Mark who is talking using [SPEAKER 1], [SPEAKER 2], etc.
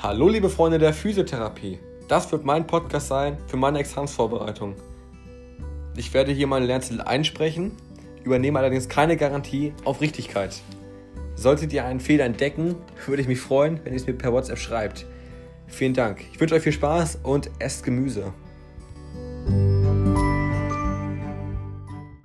[SPEAKER 1] Hallo liebe Freunde der Physiotherapie, das wird mein Podcast sein für meine Examsvorbereitung. Ich werde hier meine Lernziele einsprechen, übernehme allerdings keine Garantie auf Richtigkeit. Solltet ihr einen Fehler entdecken, würde ich mich freuen, wenn ihr es mir per WhatsApp schreibt. Vielen Dank, ich wünsche euch viel Spaß und esst Gemüse.